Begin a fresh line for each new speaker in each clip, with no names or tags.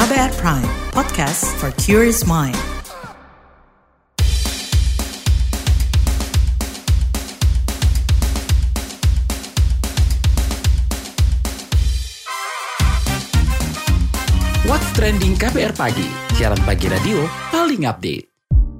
KBR Prime, podcast for curious mind.
What's Trending KBR Pagi, siaran pagi radio paling update.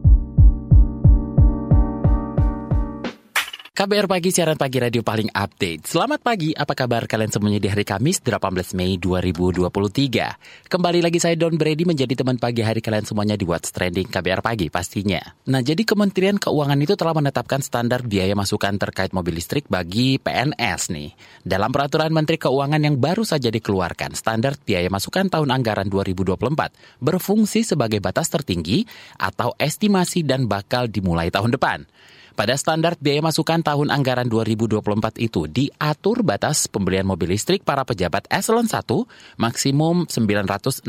KBR Pagi, siaran pagi radio paling update. Selamat pagi, apa kabar kalian semuanya di hari Kamis 18 Mei 2023. Kembali lagi saya Don Brady menjadi teman pagi hari kalian semuanya di What's Trending KBR Pagi pastinya. Nah, jadi Kementerian Keuangan itu telah menetapkan standar biaya masukan terkait mobil listrik bagi PNS nih. Dalam peraturan Menteri Keuangan yang baru saja dikeluarkan, standar biaya masukan tahun anggaran 2024 berfungsi sebagai batas tertinggi atau estimasi dan bakal dimulai tahun depan. Pada standar biaya masukan tahun anggaran 2024 itu diatur batas pembelian mobil listrik para pejabat eselon 1 maksimum 966,80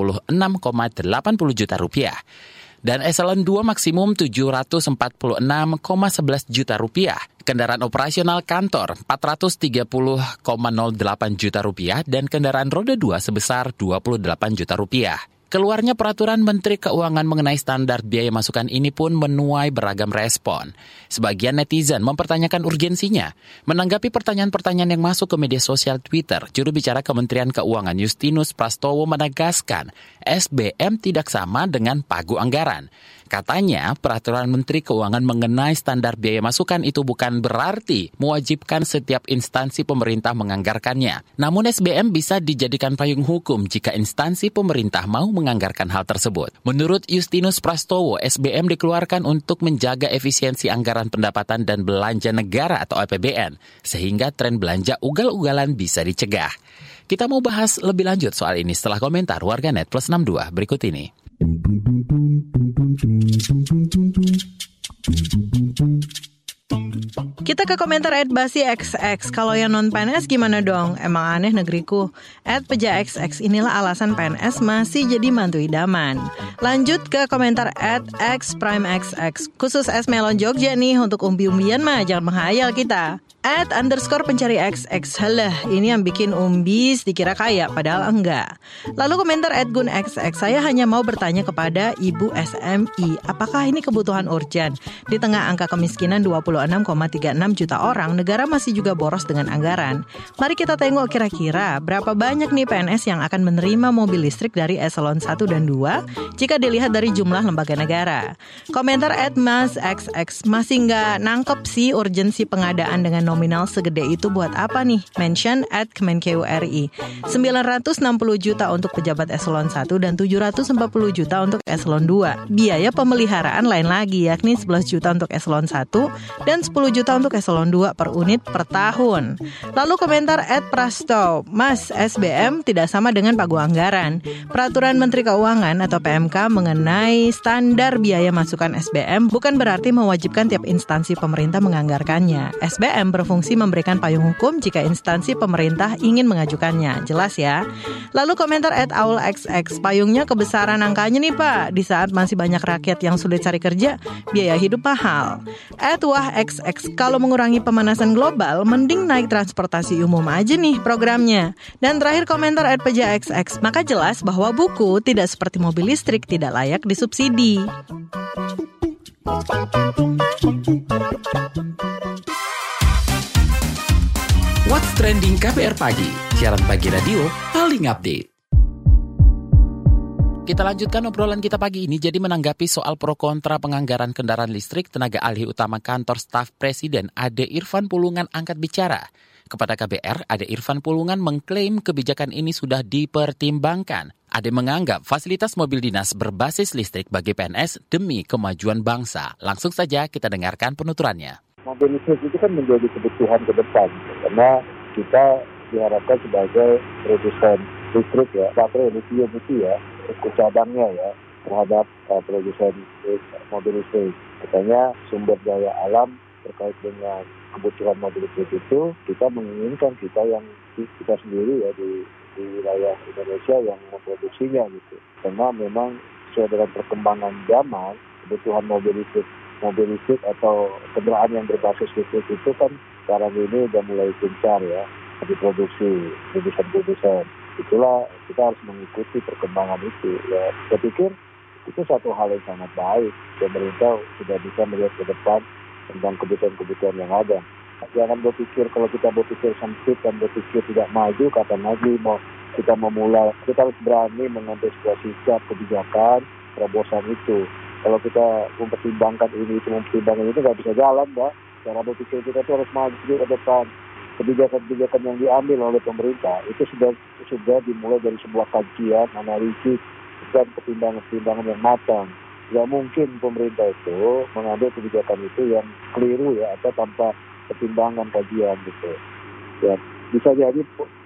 juta rupiah dan eselon 2 maksimum 746,11 juta rupiah. Kendaraan operasional kantor 430,08 juta rupiah dan kendaraan roda 2 sebesar 28 juta rupiah. Keluarnya peraturan Menteri Keuangan mengenai standar biaya masukan ini pun menuai beragam respon. Sebagian netizen mempertanyakan urgensinya. Menanggapi pertanyaan-pertanyaan yang masuk ke media sosial Twitter, juru bicara Kementerian Keuangan Justinus Prastowo menegaskan SBM tidak sama dengan pagu anggaran. Katanya, peraturan Menteri Keuangan mengenai standar biaya masukan itu bukan berarti mewajibkan setiap instansi pemerintah menganggarkannya. Namun SBM bisa dijadikan payung hukum jika instansi pemerintah mau menganggarkan hal tersebut. Menurut Justinus Prastowo, SBM dikeluarkan untuk menjaga efisiensi anggaran pendapatan dan belanja negara atau APBN, sehingga tren belanja ugal-ugalan bisa dicegah. Kita mau bahas lebih lanjut soal ini setelah komentar warganet plus 62 berikut ini.
Kita ke komentar @basi_xx. Kalau yang non-PNS gimana dong? Emang aneh negeriku. @peja_xx, inilah alasan PNS masih jadi mantu idaman. Lanjut ke komentar @xprime_xx. Khusus es melon Jogja nih, untuk umbi-umbian mah jangan menghayal kita. @_pencari XX. Halah, ini yang bikin umbis dikira kaya, padahal enggak. Lalu komentar @gunxx. Saya hanya mau bertanya kepada Ibu SMI, apakah ini kebutuhan urgen? Di tengah angka kemiskinan 26,36 juta orang, negara masih juga boros dengan anggaran. Mari kita tengok kira-kira berapa banyak nih PNS yang akan menerima mobil listrik dari eselon 1 dan 2 jika dilihat dari jumlah lembaga negara. Komentar @masxx. Masih nggak nangkep sih urgensi pengadaan dengan nominal segede itu buat apa nih? Mention @kemenkeu.ri. 960 juta untuk pejabat eselon 1 dan 740 juta untuk eselon 2. Biaya pemeliharaan lain lagi, yakni 11 juta untuk eselon 1 dan 10 juta untuk eselon 2 per unit per tahun. Lalu komentar @prasto. Mas, SBM tidak sama dengan pagu anggaran. Peraturan Menteri Keuangan atau PMK mengenai standar biaya masukan SBM bukan berarti mewajibkan tiap instansi pemerintah menganggarkannya. SBM berfungsi memberikan payung hukum jika instansi pemerintah ingin mengajukannya. Jelas ya? Lalu komentar @aulxx. Payungnya kebesaran angkanya nih Pak. Di saat masih banyak rakyat yang sulit cari kerja, biaya hidup mahal. @wahxx. Kalau mengurangi pemanasan global, mending naik transportasi umum aja nih programnya. Dan terakhir komentar @peja_xx. Maka jelas bahwa buku tidak seperti mobil listrik tidak layak disubsidi.
What's Trending KBR Pagi, siaran pagi radio paling update. Kita lanjutkan obrolan kita pagi ini. Jadi menanggapi soal pro kontra penganggaran kendaraan listrik, tenaga ahli utama kantor staf Presiden Ade Irfan Pulungan angkat bicara. Kepada KBR, Ade Irfan Pulungan mengklaim kebijakan ini sudah dipertimbangkan. Ade menganggap fasilitas mobil dinas berbasis listrik bagi PNS demi kemajuan bangsa. Langsung saja kita dengarkan penuturannya.
Mobil listrik itu kan menjadi kebutuhan ke depan, karena kita diharapkan sebagai produsen listrik ya, baterai lithium itu ya, cabangnya ya, terhadap produsen mobil listrik. Katanya sumber daya alam terkait dengan kebutuhan mobil listrik itu, kita menginginkan kita sendiri ya di wilayah Indonesia yang memproduksinya gitu. Karena memang sesuai dengan perkembangan zaman, kebutuhan mobil listrik atau kendaraan yang berbasis listrik itu kan sekarang ini udah mulai gencar ya diproduksi produsen-produsen. itulah kita harus mengikuti perkembangan itu. Ya, saya pikir itu satu hal yang sangat baik. Pemerintah sudah bisa melihat ke depan tentang kebutuhan-kebutuhan yang ada. Jangan berpikir, kalau kita berpikir sempit dan berpikir tidak maju, kapan lagi kita memulai. Kita harus berani mengambil sebuah sikap kebijakan, terobosan itu. Kalau kita mempertimbangkan ini itu nggak bisa jalan, Mbak. Cara berpikir kita itu harus maju ke depan. Kebijakan-kebijakan yang diambil oleh pemerintah itu sudah dimulai dari sebuah kajian, analisis, dan pertimbangan-pertimbangan yang matang. Tidak mungkin pemerintah itu mengambil kebijakan itu yang keliru ya, atau tanpa pertimbangan kajian gitu. Ya, bisa jadi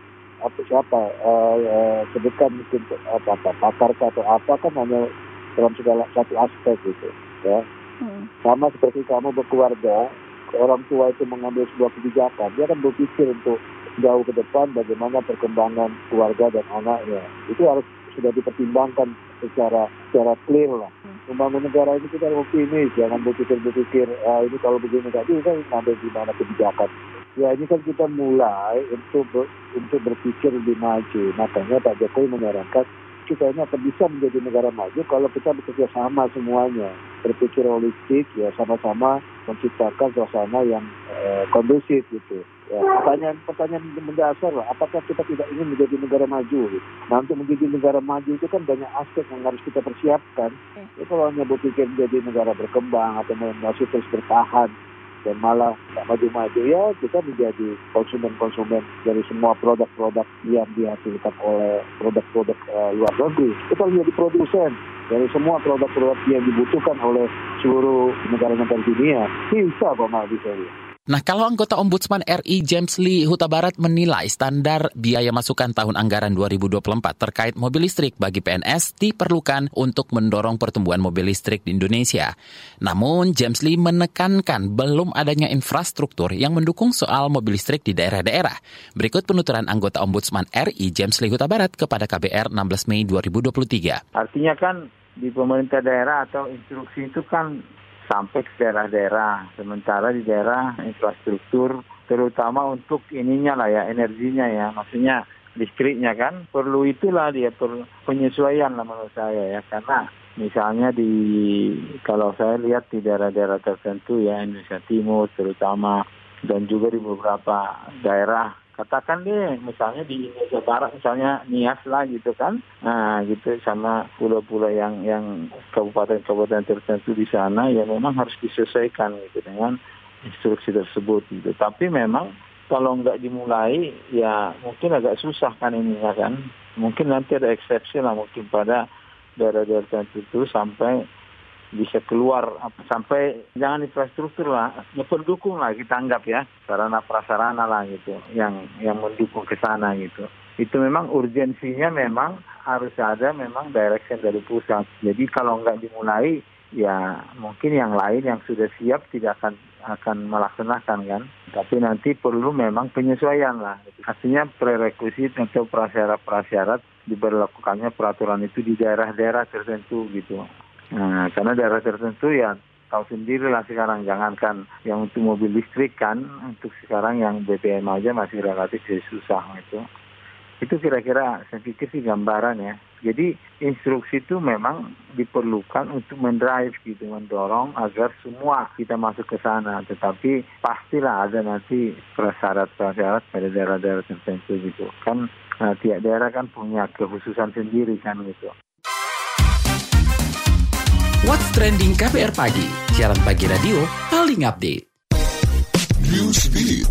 sebutkan mungkin pakar atau apa kan hanya dalam segala satu aspek gitu ya. Sama seperti kamu berkeluarga, orang tua itu mengambil sebuah kebijakan, dia akan berpikir untuk jauh ke depan bagaimana perkembangan keluarga dan anaknya. Itu harus sudah dipertimbangkan secara clear lah. Membangun negara ini kita optimis, jangan berpikir ini kalau begini tadi kan ngambil di mana kebijakan. Ya ini kan kita mulai untuk berpikir lebih maju. Makanya Pak Jokowi menyarankan kita ini akan bisa menjadi negara maju kalau kita bekerja sama semuanya, berpikir holistik ya, sama-sama menciptakan suasana yang kondusif gitu. Ya, pertanyaan mendasar lah, apakah kita tidak ingin menjadi negara maju? Gitu. Nah, untuk menjadi negara maju itu kan banyak aspek yang harus kita persiapkan. Ya, kalau hanya berpikir menjadi negara berkembang atau masih terus bertahan dan malah tak maju-maju, ya kita menjadi konsumen-konsumen dari semua produk-produk yang dihasilkan oleh produk-produk luar negeri. Kita menjadi produsen dari semua produk-produk yang dibutuhkan oleh seluruh negara-negara dunia. Bisa kok nggak bisa ya.
Nah, kalau anggota Ombudsman RI James Lee Huta Barat menilai standar biaya masukan tahun anggaran 2024 terkait mobil listrik bagi PNS diperlukan untuk mendorong pertumbuhan mobil listrik di Indonesia. Namun, James Lee menekankan belum adanya infrastruktur yang mendukung soal mobil listrik di daerah-daerah. Berikut penuturan anggota Ombudsman RI James Lee Huta Barat kepada KBR 16 Mei 2023.
Artinya kan di pemerintah daerah atau instruksi itu kan sampai ke daerah-daerah. Sementara di daerah infrastruktur terutama untuk ininya lah ya, energinya ya, maksudnya listriknya kan perlu itulah dia penyesuaian lah menurut saya ya, karena misalnya kalau saya lihat di daerah-daerah tertentu ya, Indonesia Timur terutama dan juga di beberapa daerah, katakan deh misalnya di Indonesia Barat misalnya Nias lah gitu kan, nah gitu, sama pulau-pulau yang kabupaten-kabupaten tertentu di sana ya memang harus disesuaikan gitu dengan instruksi tersebut gitu. Tapi memang kalau nggak dimulai ya mungkin agak susah kan ininya kan, mungkin nanti ada eksepsi lah mungkin pada daerah-daerah tertentu sampai bisa keluar, sampai jangan infrastruktur lah, ya pendukung lah kita anggap ya, sarana prasarana lah gitu, yang mendukung ke sana gitu. Itu memang urgensinya memang harus ada memang direction dari pusat. Jadi kalau nggak dimulai, ya mungkin yang lain yang sudah siap tidak akan melaksanakan kan. Tapi nanti perlu memang penyesuaian lah. Artinya prerequisite atau prasyarat diberlakukannya peraturan itu di daerah-daerah tertentu gitu. Nah, karena daerah tertentu ya tahu sendiri lah sekarang, jangankan yang untuk mobil listrik kan, untuk sekarang yang BBM aja masih relatif susah gitu. Itu kira-kira saya pikir sih gambaran ya. Jadi instruksi itu memang diperlukan untuk mendrive gitu, mendorong agar semua kita masuk ke sana. Tetapi pastilah ada nanti prasyarat-prasyarat pada daerah-daerah tertentu gitu. Kan tiap daerah kan punya kekhususan sendiri kan gitu.
What's Trending KBR Pagi, siaran pagi radio paling update. Newsbeat.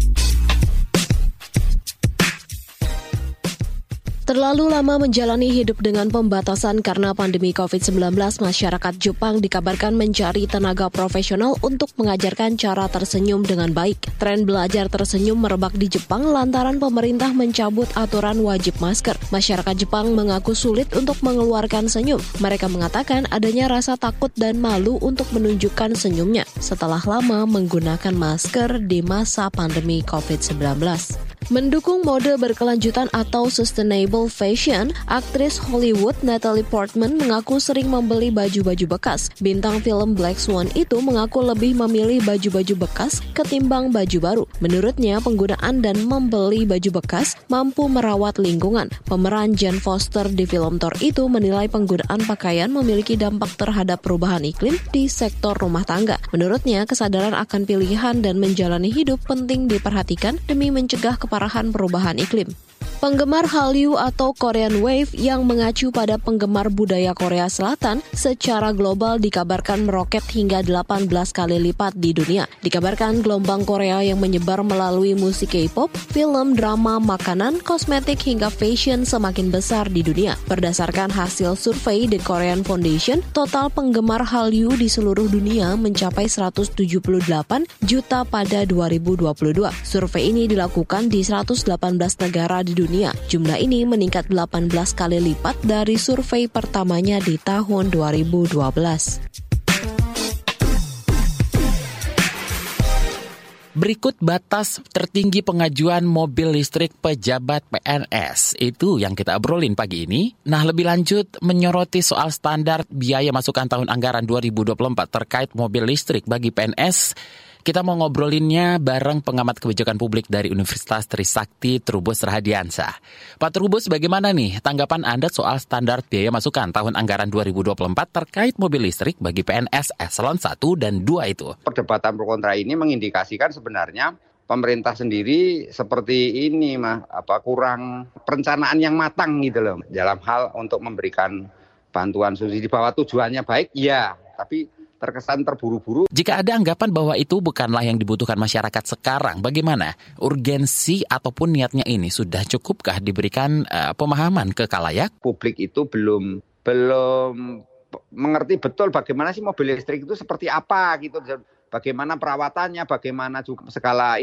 Terlalu lama menjalani hidup dengan pembatasan karena pandemi COVID-19, masyarakat Jepang dikabarkan mencari tenaga profesional untuk mengajarkan cara tersenyum dengan baik. Tren belajar tersenyum merebak di Jepang lantaran pemerintah mencabut aturan wajib masker. Masyarakat Jepang mengaku sulit untuk mengeluarkan senyum. Mereka mengatakan adanya rasa takut dan malu untuk menunjukkan senyumnya setelah lama menggunakan masker di masa pandemi COVID-19. Mendukung mode berkelanjutan atau sustainable fashion, aktris Hollywood Natalie Portman mengaku sering membeli baju-baju bekas. Bintang film Black Swan itu mengaku lebih memilih baju-baju bekas ketimbang baju baru. Menurutnya, penggunaan dan membeli baju bekas mampu merawat lingkungan. Pemeran Jane Foster di film Thor itu menilai penggunaan pakaian memiliki dampak terhadap perubahan iklim di sektor rumah tangga. Menurutnya, kesadaran akan pilihan dan menjalani hidup penting diperhatikan demi mencegah keparahan perubahan iklim. Penggemar Hallyu atau Korean Wave yang mengacu pada penggemar budaya Korea Selatan secara global dikabarkan meroket hingga 18 kali lipat di dunia. Dikabarkan gelombang Korea yang menyebar melalui musik K-pop, film, drama, makanan, kosmetik hingga fashion semakin besar di dunia. Berdasarkan hasil survei The Korean Foundation, total penggemar Hallyu di seluruh dunia mencapai 178 juta pada 2022. Survei ini dilakukan di 118 negara di dunia. Jumlah ini meningkat 18 kali lipat dari survei pertamanya di tahun 2012.
Berikut batas tertinggi pengajuan mobil listrik pejabat PNS. Itu yang kita obrolin pagi ini. Nah, lebih lanjut menyoroti soal standar biaya masukan tahun anggaran 2024 terkait mobil listrik bagi PNS. Kita mau ngobrolinnya bareng pengamat kebijakan publik dari Universitas Trisakti, Trubus Rahadiansah. Pak Trubus, bagaimana nih tanggapan Anda soal standar biaya masukan tahun anggaran 2024 terkait mobil listrik bagi PNS eselon 1 dan 2 itu?
Perdebatan pro kontra ini mengindikasikan sebenarnya pemerintah sendiri seperti ini kurang perencanaan yang matang gitu loh. Dalam hal untuk memberikan bantuan subsidi bahwa tujuannya baik, ya, tapi terkesan terburu-buru.
Jika ada anggapan bahwa itu bukanlah yang dibutuhkan masyarakat sekarang, bagaimana? Urgensi ataupun niatnya ini sudah cukupkah diberikan pemahaman ke khalayak?
Publik itu belum mengerti betul bagaimana sih mobil listrik itu seperti apa gitu. Bagaimana perawatannya, bagaimana juga skala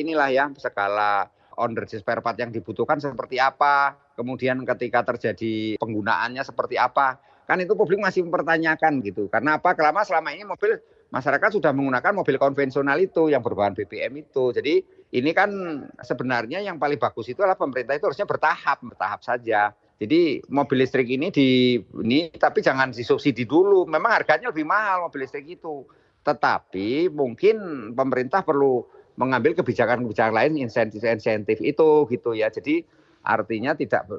on the spare part yang dibutuhkan seperti apa. Kemudian ketika terjadi penggunaannya seperti apa. Kan itu publik masih mempertanyakan gitu. Karena apa? Karena selama ini masyarakat sudah menggunakan mobil konvensional itu yang berbahan BBM itu. Jadi ini kan sebenarnya yang paling bagus itu adalah pemerintah itu harusnya bertahap saja. Jadi mobil listrik ini tapi jangan disubsidi dulu. Memang harganya lebih mahal mobil listrik itu. Tetapi mungkin pemerintah perlu mengambil kebijakan-kebijakan lain, insentif itu gitu ya. Jadi artinya tidak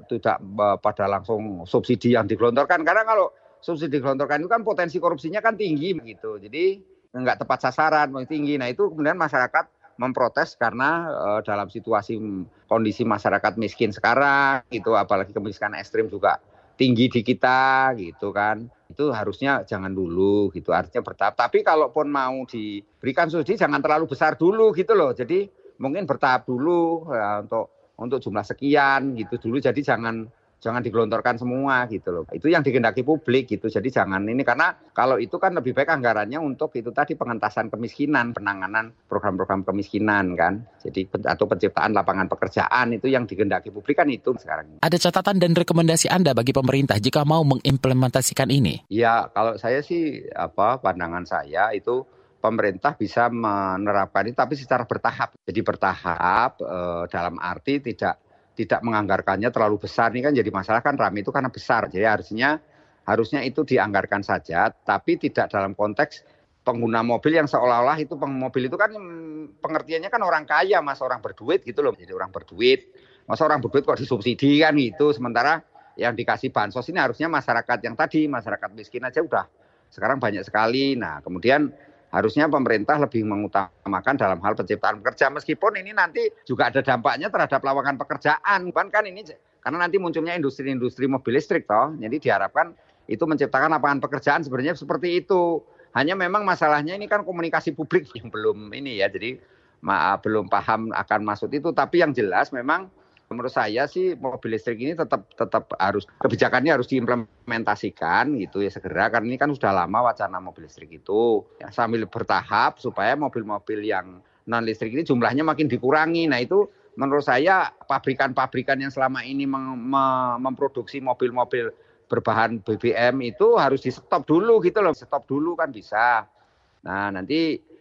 pada langsung subsidi yang digelontorkan. Karena kalau subsidi digelontorkan itu kan potensi korupsinya kan tinggi gitu. Jadi nggak tepat sasaran, tinggi. Nah itu kemudian masyarakat memprotes karena dalam situasi kondisi masyarakat miskin sekarang gitu, apalagi kemiskinan ekstrim juga tinggi di kita gitu kan. Itu harusnya jangan dulu gitu, artinya bertahap. Tapi kalaupun mau diberikan subsidi jangan terlalu besar dulu gitu loh. Jadi mungkin bertahap dulu ya, untuk jumlah sekian gitu dulu, jadi jangan digelontorkan semua gitu loh. Itu yang dikehendaki publik gitu. Jadi jangan ini, karena kalau itu kan lebih baik anggarannya untuk itu tadi pengentasan kemiskinan, penanganan program-program kemiskinan kan. Jadi atau penciptaan lapangan pekerjaan, itu yang dikehendaki publik kan itu sekarang.
Ada catatan dan rekomendasi Anda bagi pemerintah jika mau mengimplementasikan ini?
Ya, kalau saya sih pandangan saya itu pemerintah bisa menerapkan itu tapi secara bertahap. Jadi bertahap dalam arti tidak menganggarkannya terlalu besar. Ini kan jadi masalah kan RAM itu karena besar. Jadi harusnya itu dianggarkan saja, tapi tidak dalam konteks pengguna mobil yang seolah-olah itu mobil itu kan pengertiannya kan orang kaya, mas, orang berduit gitu loh. Jadi orang berduit, masa orang berduit kok disubsidi kan gitu. Sementara yang dikasih bansos ini harusnya masyarakat yang tadi, masyarakat miskin aja udah sekarang banyak sekali. Nah kemudian harusnya pemerintah lebih mengutamakan dalam hal penciptaan pekerjaan, meskipun ini nanti juga ada dampaknya terhadap lowongan pekerjaan. Kan ini karena nanti munculnya industri-industri mobil listrik toh. Jadi diharapkan itu menciptakan lapangan pekerjaan sebenarnya seperti itu. Hanya memang masalahnya ini kan komunikasi publik yang belum ini ya. Jadi belum paham akan maksud itu, tapi yang jelas memang menurut saya sih mobil listrik ini tetap harus, kebijakannya harus diimplementasikan gitu ya segera, karena ini kan sudah lama wacana mobil listrik itu ya, sambil bertahap supaya mobil-mobil yang non listrik ini jumlahnya makin dikurangi. Nah itu menurut saya pabrikan-pabrikan yang selama ini memproduksi mobil-mobil berbahan BBM itu harus di stop dulu gitu loh, stop dulu kan bisa. Nah nanti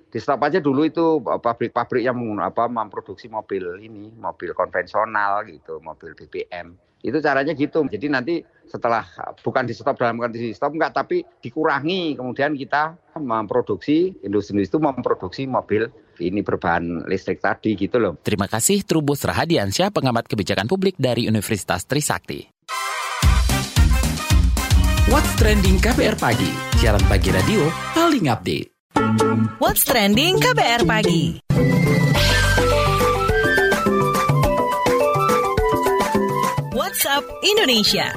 di stop aja dulu itu pabrik-pabrik yang memproduksi mobil konvensional gitu, mobil BBM. Itu caranya gitu. Jadi nanti setelah bukan di stop dalam kondisi stop enggak, tapi dikurangi, kemudian kita memproduksi, industri itu memproduksi mobil ini berbahan listrik tadi gitu loh.
Terima kasih Trubus Rahadiansyah, pengamat kebijakan publik dari Universitas Trisakti. What's Trending KBR Pagi, siaran pagi radio paling update.
What's Trending KBR Pagi. WhatsApp Indonesia.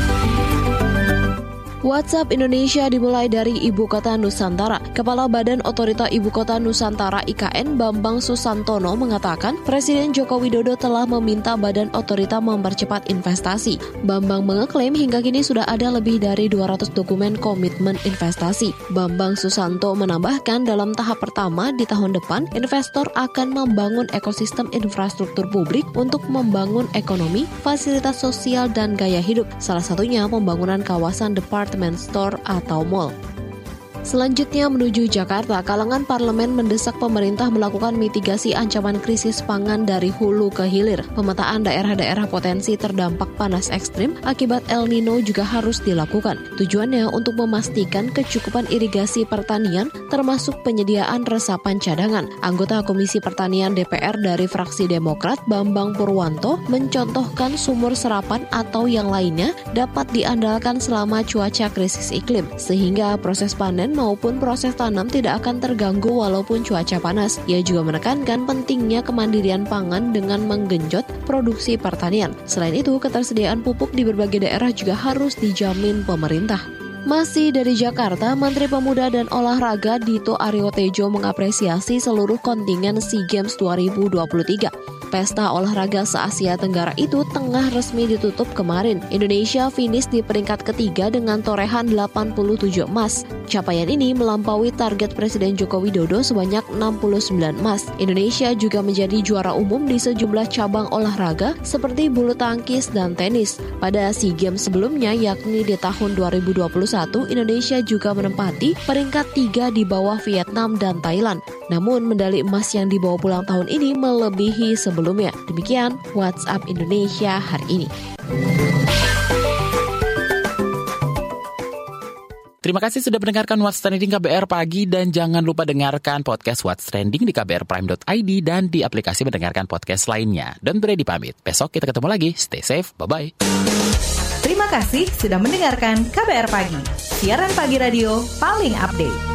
WhatsApp Indonesia dimulai dari Ibu Kota Nusantara. Kepala Badan Otorita Ibu Kota Nusantara IKN Bambang Susantono mengatakan Presiden Joko Widodo telah meminta Badan Otorita mempercepat investasi. Bambang mengeklaim hingga kini sudah ada lebih dari 200 dokumen komitmen investasi. Bambang Susanto menambahkan dalam tahap pertama di tahun depan, investor akan membangun ekosistem infrastruktur publik untuk membangun ekonomi, fasilitas sosial, dan gaya hidup. Salah satunya pembangunan kawasan departemen store atau mall. Selanjutnya menuju Jakarta, kalangan parlemen mendesak pemerintah melakukan mitigasi ancaman krisis pangan dari hulu ke hilir. Pemetaan daerah-daerah potensi terdampak panas ekstrim akibat El Nino juga harus dilakukan. Tujuannya untuk memastikan kecukupan irigasi pertanian termasuk penyediaan resapan cadangan. Anggota Komisi Pertanian DPR dari fraksi Demokrat, Bambang Purwanto, mencontohkan sumur serapan atau yang lainnya dapat diandalkan selama cuaca krisis iklim, sehingga proses panen maupun proses tanam tidak akan terganggu walaupun cuaca panas. Ia juga menekankan pentingnya kemandirian pangan dengan menggenjot produksi pertanian. Selain itu, ketersediaan pupuk di berbagai daerah juga harus dijamin pemerintah. Masih dari Jakarta, Menteri Pemuda dan Olahraga Dito Aryo Tejo mengapresiasi seluruh kontingen SEA Games 2023. Pesta olahraga se-Asia Tenggara itu tengah resmi ditutup kemarin. Indonesia finish di peringkat ketiga dengan torehan 87 emas. Capaian ini melampaui target Presiden Joko Widodo sebanyak 69 emas. Indonesia juga menjadi juara umum di sejumlah cabang olahraga seperti bulu tangkis dan tenis. Pada SEA Games sebelumnya, yakni di tahun 2021, Indonesia juga menempati peringkat 3 di bawah Vietnam dan Thailand. Namun, medali emas yang dibawa pulang tahun ini melebihi sebelumnya. Demikian WhatsApp Indonesia hari ini.
Terima kasih sudah mendengarkan What's Trending KBR Pagi, dan jangan lupa dengarkan podcast What's Trending di kbrprime.id dan di aplikasi mendengarkan podcast lainnya. Dan Brady pamit. Besok kita ketemu lagi. Stay safe. Bye-bye.
Terima kasih sudah mendengarkan KBR Pagi, siaran pagi radio paling update.